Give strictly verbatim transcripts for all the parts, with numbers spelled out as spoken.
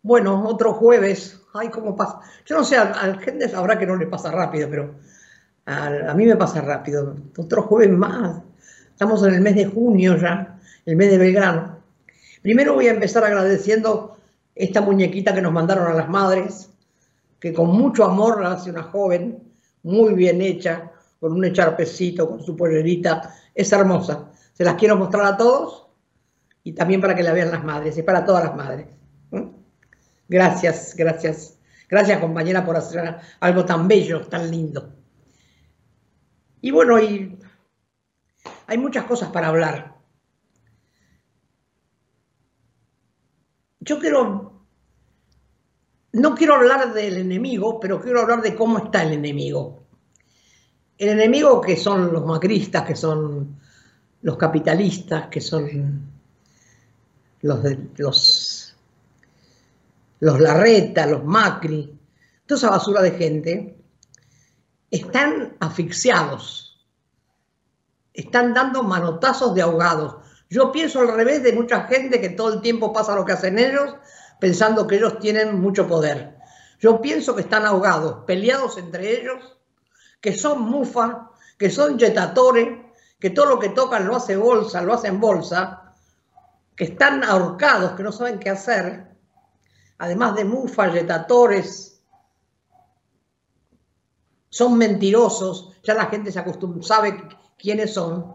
Bueno, otro jueves. Ay, cómo pasa. Yo no sé, a, a la gente sabrá que no le pasa rápido, pero a, a mí me pasa rápido. Otro jueves más. Estamos en el mes de junio ya, el mes de Belgrano. Primero voy a empezar agradeciendo esta muñequita que nos mandaron a las madres, que con mucho amor la hace una joven, muy bien hecha, con un echarpecito, con su pollerita. Es hermosa. Se las quiero mostrar a todos y también para que la vean las madres, es para todas las madres. ¿Mm? Gracias, gracias. Gracias, compañera, por hacer algo tan bello, tan lindo. Y bueno, y hay muchas cosas para hablar. Yo quiero, no quiero hablar del enemigo, pero quiero hablar de cómo está el enemigo. El enemigo que son los macristas, que son los capitalistas, que son los, los, los Larreta, los Macri, toda esa basura de gente, están asfixiados, están dando manotazos de ahogados. Yo pienso al revés de mucha gente que todo el tiempo pasa lo que hacen ellos, pensando que ellos tienen mucho poder. Yo pienso que están ahogados, peleados entre ellos, que son mufa, que son yetatores, que todo lo que tocan lo hace bolsa, lo hacen bolsa, que están ahorcados, que no saben qué hacer, además de mufa, yetatores, son mentirosos, ya la gente se acostumbra, sabe quiénes son,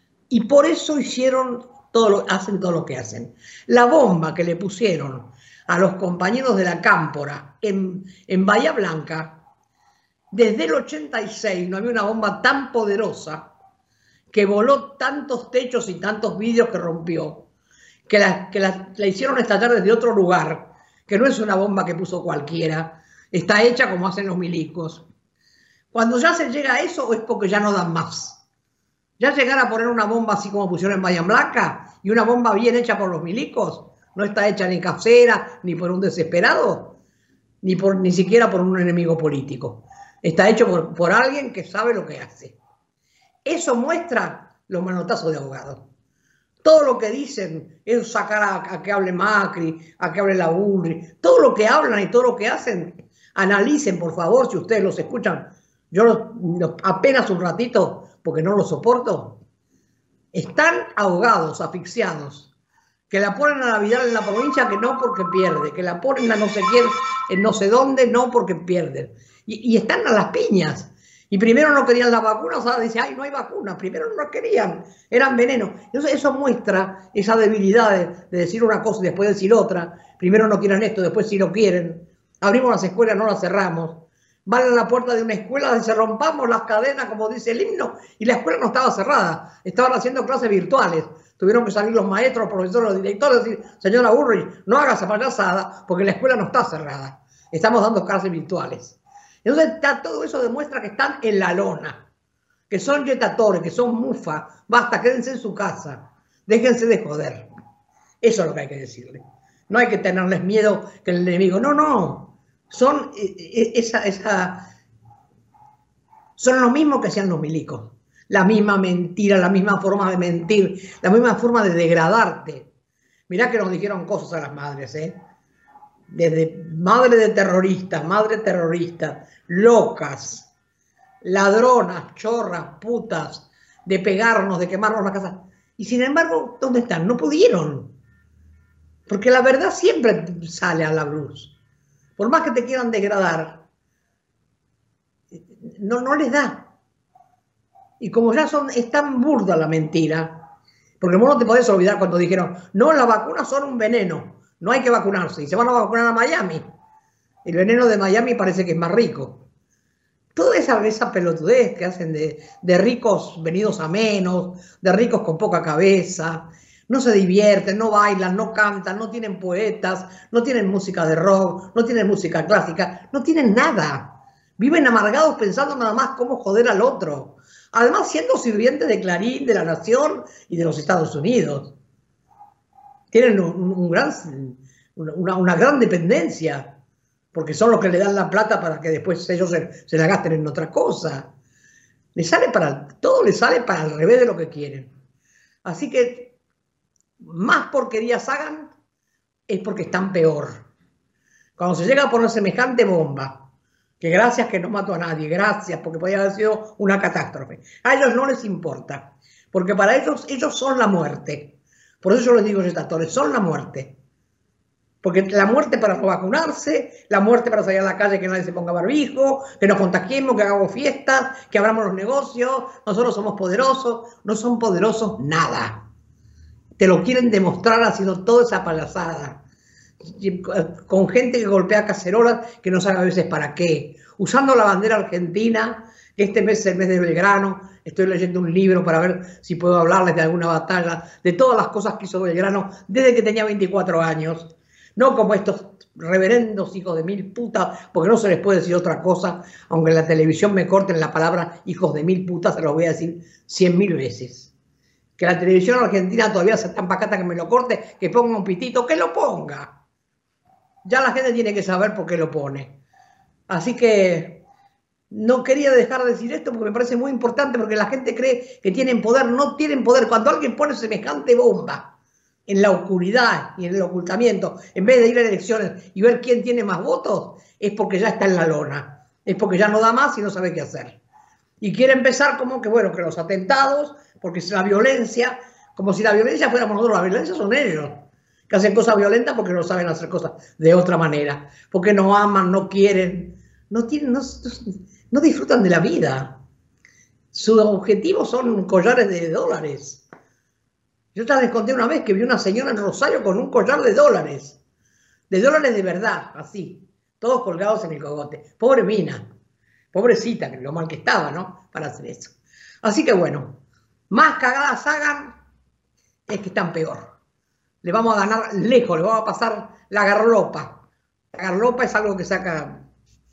y por eso hicieron todo lo, hacen todo lo que hacen. La bomba que le pusieron a los compañeros de la Cámpora en, en Bahía Blanca, desde el ochenta y seis no había una bomba tan poderosa que voló tantos techos y tantos vidrios que rompió, que la, que la, la hicieron estallar desde otro lugar, que no es una bomba que puso cualquiera, está hecha como hacen los milicos. Cuando ya se llega a eso es porque ya no dan más. Ya llegar a poner una bomba así como pusieron en Bahía Blanca y una bomba bien hecha por los milicos, no está hecha ni casera, ni por un desesperado, ni, por, ni siquiera por un enemigo político. Está hecho por, por alguien que sabe lo que hace. Eso muestra los manotazos de ahogados. Todo lo que dicen es sacar a, a que hable Macri, a que hable la Bullrich, todo lo que hablan y todo lo que hacen, analicen por favor si ustedes los escuchan. Yo los, los, apenas un ratito, porque no los soporto, están ahogados, asfixiados, que la ponen a Navidad en la provincia que no porque pierde, que la ponen a no sé quién, en no sé dónde, no porque pierden. Y, y están a las piñas. Y primero no querían las vacunas, ahora dicen, ay, no hay vacunas. Primero no las querían, eran veneno. Entonces eso muestra esa debilidad de, de decir una cosa y después decir otra. Primero no quieren esto, después sí lo quieren. Abrimos las escuelas, no las cerramos. Van a la puerta de una escuela y se rompamos las cadenas, como dice el himno, y la escuela no estaba cerrada. Estaban haciendo clases virtuales. Tuvieron que salir los maestros, los profesores, los directores y decir, señora Bullrich, no haga esa payasada porque la escuela no está cerrada. Estamos dando clases virtuales. Entonces está, todo eso demuestra que están en la lona, que son yetatores, que son mufa. Basta, quédense en su casa, déjense de joder. Eso es lo que hay que decirle. No hay que tenerles miedo que el enemigo, no, no. Son, esa, esa, son lo mismo que hacían los milicos. La misma mentira, la misma forma de mentir, la misma forma de degradarte. Mirá que nos dijeron cosas a las madres, ¿eh? Desde madre de terroristas, madre terrorista, locas, ladronas, chorras, putas, de pegarnos, de quemarnos la casa. Y sin embargo, ¿dónde están? No pudieron. Porque la verdad siempre sale a la luz. Por más que te quieran degradar, no, no les da. Y como ya son, es tan burda la mentira, porque vos no te podés olvidar cuando dijeron, no, las vacunas son un veneno, no hay que vacunarse, y se van a vacunar a Miami. El veneno de Miami parece que es más rico. Toda esa, esa pelotudez que hacen de, de ricos venidos a menos, de ricos con poca cabeza, no se divierten, no bailan, no cantan, no tienen poetas, no tienen música de rock, no tienen música clásica, no tienen nada. Viven amargados pensando nada más cómo joder al otro. Además siendo sirvientes de Clarín, de La Nación y de los Estados Unidos. Tienen un, un gran, una, una gran dependencia, porque son los que le dan la plata para que después ellos se, se la gasten en otra cosa. Les sale para, todo les sale para al revés de lo que quieren. Así que más porquerías hagan es porque están peor. Cuando se llega a poner semejante bomba, que gracias que no mató a nadie, gracias, porque podía haber sido una catástrofe, a ellos no les importa, porque para ellos, ellos son la muerte. Por eso yo les digo, actores, son la muerte. Porque la muerte para no vacunarse, la muerte para salir a la calle que nadie se ponga barbijo, que nos contagiemos, que hagamos fiestas, que abramos los negocios, nosotros somos poderosos. No son poderosos nada. Te lo quieren demostrar haciendo toda esa payasada. Con gente que golpea cacerolas que no sabe a veces para qué. Usando la bandera argentina, que este mes es el mes de Belgrano. Estoy leyendo un libro para ver si puedo hablarles de alguna batalla, de todas las cosas que hizo Belgrano desde que tenía veinticuatro años. No como estos reverendos hijos de mil putas, porque no se les puede decir otra cosa, aunque en la televisión me corten la palabra hijos de mil putas, se los voy a decir cien mil veces. Que la televisión argentina todavía se tan pacata que me lo corte, que ponga un pitito, que lo ponga. Ya la gente tiene que saber por qué lo pone. Así que no quería dejar de decir esto porque me parece muy importante, porque la gente cree que tienen poder, no tienen poder. Cuando alguien pone semejante bomba en la oscuridad y en el ocultamiento, en vez de ir a elecciones y ver quién tiene más votos, es porque ya está en la lona, es porque ya no da más y no sabe qué hacer. Y quiere empezar como que, bueno, que los atentados, porque es la violencia, como si la violencia fuéramos nosotros, la violencia son ellos, que hacen cosas violentas porque no saben hacer cosas de otra manera, porque no aman, no quieren, no, tienen, no, no disfrutan de la vida. Sus objetivos son collares de dólares. Yo ya les conté una vez que vi una señora en Rosario con un collar de dólares. De dólares de verdad, así. Todos colgados en el cogote. Pobre mina. Pobrecita, lo mal que estaba, ¿no? Para hacer eso. Así que bueno, más cagadas hagan, es que están peor. Le vamos a ganar lejos, le vamos a pasar la garlopa. La garlopa es algo que saca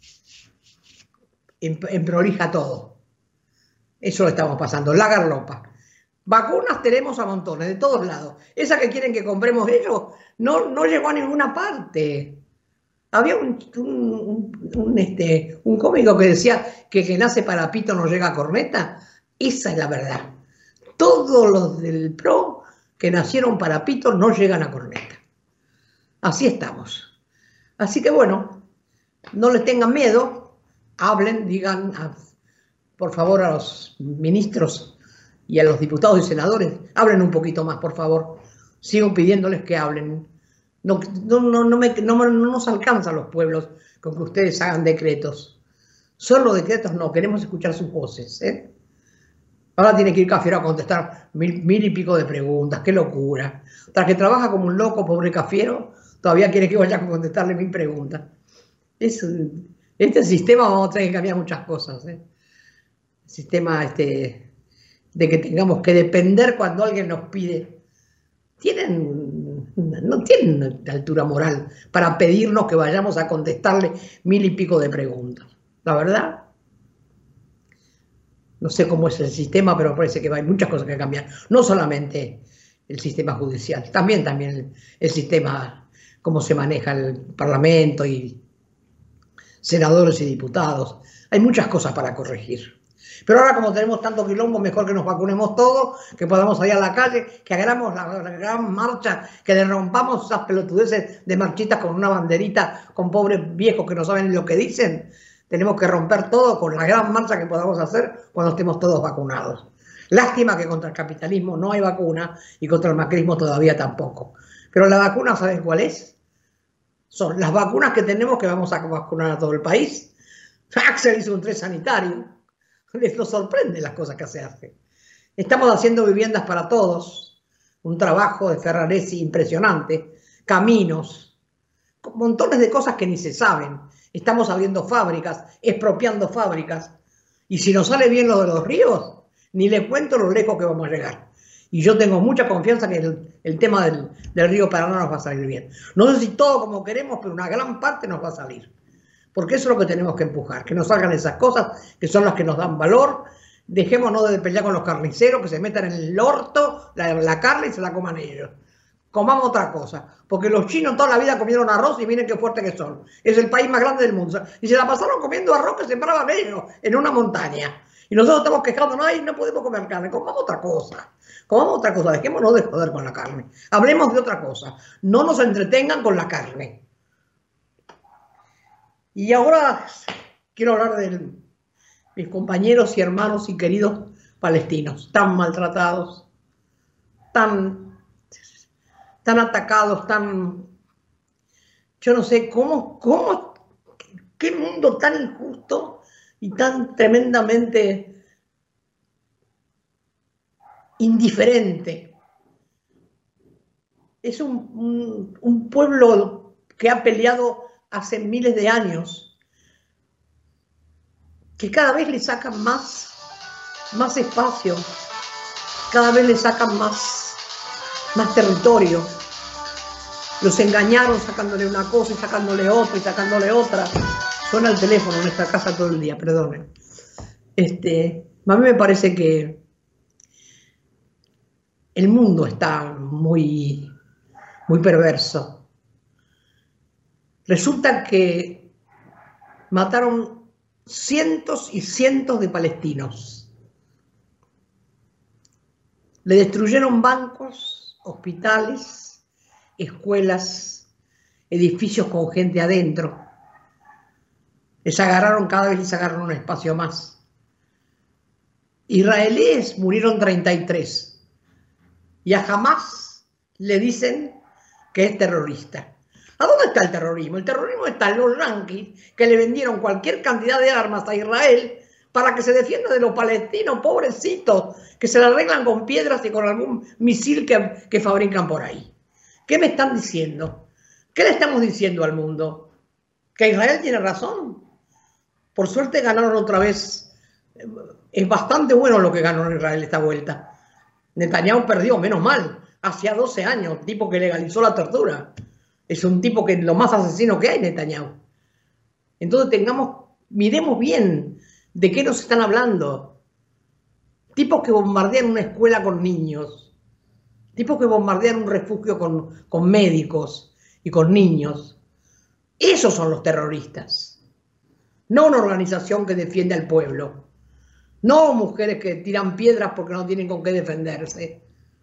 en, en prolija todo. Eso lo estamos pasando, la garlopa. Vacunas tenemos a montones, de todos lados. Esa que quieren que compremos ellos no, no llegó a ninguna parte. Había un, un, un, un, este, un cómico que decía que que nace para pito no llega a corneta. Esa es la verdad. Todos los del P R O que nacieron para pito no llegan a corneta. Así estamos. Así que bueno, no les tengan miedo, hablen, digan, a, por favor, a los ministros y a los diputados y senadores, hablen un poquito más, por favor. Sigo pidiéndoles que hablen. No, no, no, no, me, no, no nos alcanzan los pueblos con que ustedes hagan decretos. Solo decretos no, queremos escuchar sus voces. ¿eh? Ahora tiene que ir Cafiero a contestar mil, mil y pico de preguntas, qué locura. Tras que trabaja como un loco, pobre Cafiero, todavía quiere que vaya a contestarle mil preguntas. Es, este sistema vamos a tener que cambiar muchas cosas. ¿eh? El sistema este... de que tengamos que depender cuando alguien nos pide, tienen, no tienen altura moral para pedirnos que vayamos a contestarle mil y pico de preguntas. La verdad, no sé cómo es el sistema, pero parece que hay muchas cosas que cambiar. No solamente el sistema judicial, también, también el, el sistema, cómo se maneja el Parlamento y senadores y diputados. Hay muchas cosas para corregir. Pero ahora, como tenemos tanto quilombo, mejor que nos vacunemos todos, que podamos salir a la calle, que hagamos la, la gran marcha, que le rompamos esas pelotudeces de marchitas con una banderita, con pobres viejos que no saben lo que dicen. Tenemos que romper todo con la gran marcha que podamos hacer cuando estemos todos vacunados. Lástima que contra el capitalismo no hay vacuna y contra el macrismo todavía tampoco. Pero la vacuna, ¿saben cuál es? Son las vacunas que tenemos, que vamos a vacunar a todo el país. Axel hizo un test sanitario. Les lo sorprende las cosas que se hacen. Estamos haciendo viviendas para todos, un trabajo de Ferraresi impresionante, caminos, montones de cosas que ni se saben. Estamos abriendo fábricas, expropiando fábricas. Y si nos sale bien lo de los ríos, ni les cuento lo lejos que vamos a llegar. Y yo tengo mucha confianza que el, el tema del, del río Paraná nos va a salir bien. No sé si todo como queremos, pero una gran parte nos va a salir. Porque eso es lo que tenemos que empujar, que nos salgan esas cosas que son las que nos dan valor. Dejémonos de pelear con los carniceros, que se metan en el orto la, la carne y se la coman ellos. Comamos otra cosa, porque los chinos toda la vida comieron arroz y miren qué fuerte que son. Es el país más grande del mundo. Y se la pasaron comiendo arroz que sembraban ellos en una montaña. Y nosotros estamos quejándonos, ay, no podemos comer carne, comamos otra cosa. Comamos otra cosa, dejémonos de joder con la carne. Hablemos de otra cosa. No nos entretengan con la carne. Y ahora quiero hablar de mis compañeros y hermanos y queridos palestinos, tan maltratados, tan, tan atacados, tan... Yo no sé cómo, cómo, qué mundo tan injusto y tan tremendamente indiferente. Es un, un, un pueblo que ha peleado hace miles de años, que cada vez le sacan más, más espacio, cada vez le sacan más, más territorio. Los engañaron sacándole una cosa y sacándole otra y sacándole otra. Suena el teléfono en esta casa todo el día, perdonen. Este, a mí me parece que el mundo está muy, muy perverso. Resulta que mataron cientos y cientos de palestinos. Le destruyeron bancos, hospitales, escuelas, edificios con gente adentro. Les agarraron, cada vez les agarraron un espacio más. Israelíes murieron treinta y tres. Y a Hamás le dicen que es terrorista. ¿A dónde está el terrorismo? El terrorismo está en los yanquis que le vendieron cualquier cantidad de armas a Israel para que se defienda de los palestinos, pobrecitos, que se la arreglan con piedras y con algún misil que, que fabrican por ahí. ¿Qué me están diciendo? ¿Qué le estamos diciendo al mundo? ¿Que Israel tiene razón? Por suerte ganaron otra vez. Es bastante bueno lo que ganó Israel esta vuelta. Netanyahu perdió, menos mal, hacía doce años, tipo que legalizó la tortura. Es un tipo que es lo más asesino que hay, Netanyahu. Entonces tengamos, miremos bien de qué nos están hablando. Tipos que bombardean una escuela con niños. Tipos que bombardean un refugio con, con médicos y con niños. Esos son los terroristas. No una organización que defiende al pueblo. No mujeres que tiran piedras porque no tienen con qué defenderse.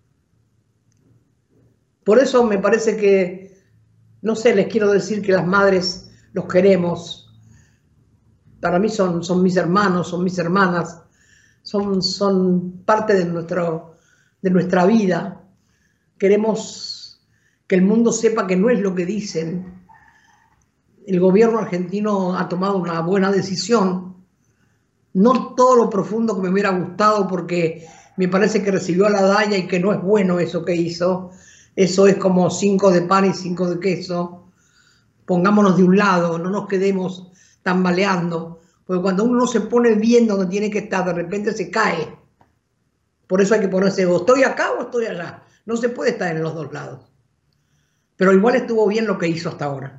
Por eso me parece que, no sé, les quiero decir que las madres los queremos. Para mí son, son mis hermanos, son mis hermanas, son, son parte de, nuestro, de nuestra vida. Queremos que el mundo sepa que no es lo que dicen. El gobierno argentino ha tomado una buena decisión. No todo lo profundo que me hubiera gustado, porque me parece que recibió a la Daya y que no es bueno eso que hizo. Eso es como cinco de pan y cinco de queso. Pongámonos de un lado, no nos quedemos tambaleando, porque cuando uno no se pone bien donde tiene que estar, de repente se cae. Por eso hay que ponerse, o estoy acá o estoy allá. No se puede estar en los dos lados. Pero igual estuvo bien lo que hizo hasta ahora.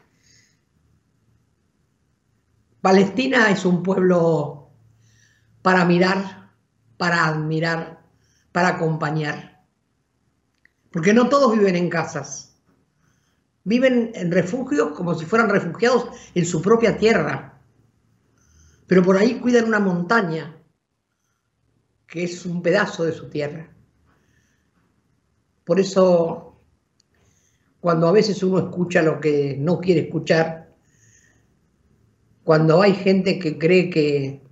Palestina es un pueblo para mirar, para admirar, para acompañar. Porque no todos viven en casas. Viven en refugios como si fueran refugiados en su propia tierra. Pero por ahí cuidan una montaña, que es un pedazo de su tierra. Por eso, cuando a veces uno escucha lo que no quiere escuchar, cuando hay gente que cree que,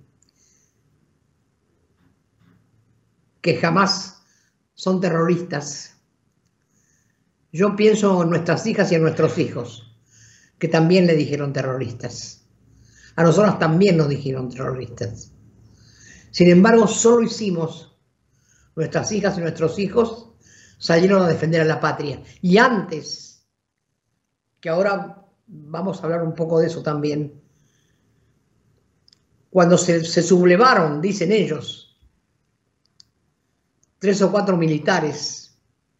que jamás son terroristas, yo pienso en nuestras hijas y en nuestros hijos, que también le dijeron terroristas. A nosotros también nos dijeron terroristas. Sin embargo, solo hicimos, nuestras hijas y nuestros hijos salieron a defender a la patria. Y antes, que ahora vamos a hablar un poco de eso también, cuando se, se sublevaron, dicen ellos, tres o cuatro militares,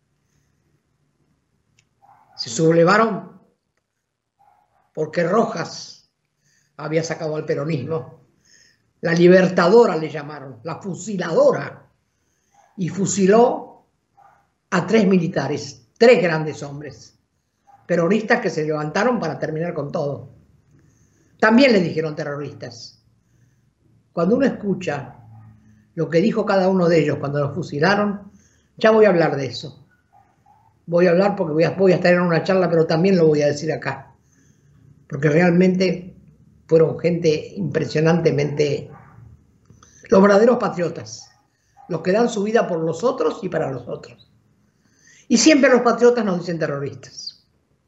se sublevaron porque Rojas había sacado al peronismo. La libertadora le llamaron, la fusiladora, y fusiló a tres militares, tres grandes hombres, peronistas que se levantaron para terminar con todo. También le dijeron terroristas. Cuando uno escucha lo que dijo cada uno de ellos cuando los fusilaron, ya voy a hablar de eso. Voy a hablar porque voy a, voy a estar en una charla, pero también lo voy a decir acá. Porque realmente fueron gente impresionantemente, los verdaderos patriotas, los que dan su vida por los otros y para los otros. Y siempre los patriotas nos dicen terroristas.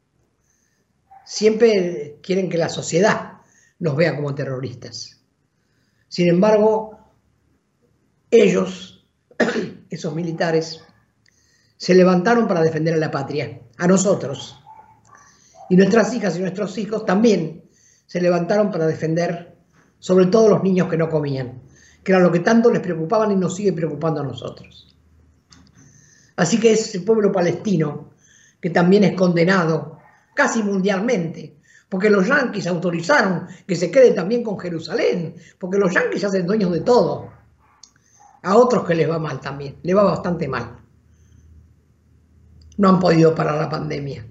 Siempre quieren que la sociedad nos vea como terroristas. Sin embargo, ellos, esos militares, se levantaron para defender a la patria, a nosotros. Y nuestras hijas y nuestros hijos también se levantaron para defender sobre todo los niños que no comían, que era lo que tanto les preocupaban y nos sigue preocupando a nosotros. Así que es el pueblo palestino que también es condenado casi mundialmente, porque los yanquis autorizaron que se quede también con Jerusalén, porque los yanquis se hacen dueños de todo. A otros que les va mal también, les va bastante mal. No han podido parar la pandemia.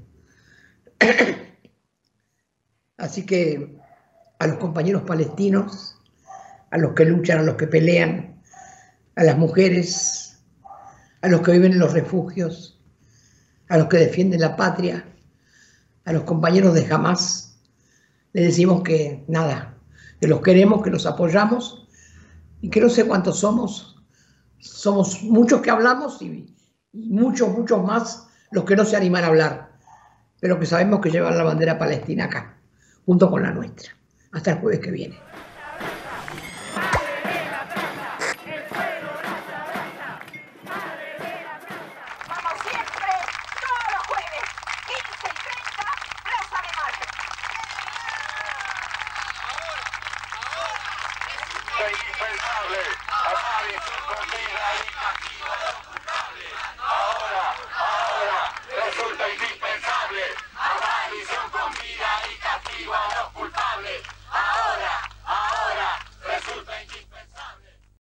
Así que a los compañeros palestinos, a los que luchan, a los que pelean, a las mujeres, a los que viven en los refugios, a los que defienden la patria, a los compañeros de Hamás, les decimos que nada, que los queremos, que los apoyamos y que no sé cuántos somos, somos muchos que hablamos y, y muchos, muchos más los que no se animan a hablar, pero que sabemos que llevan la bandera palestina acá, junto con la nuestra. Hasta el jueves que viene.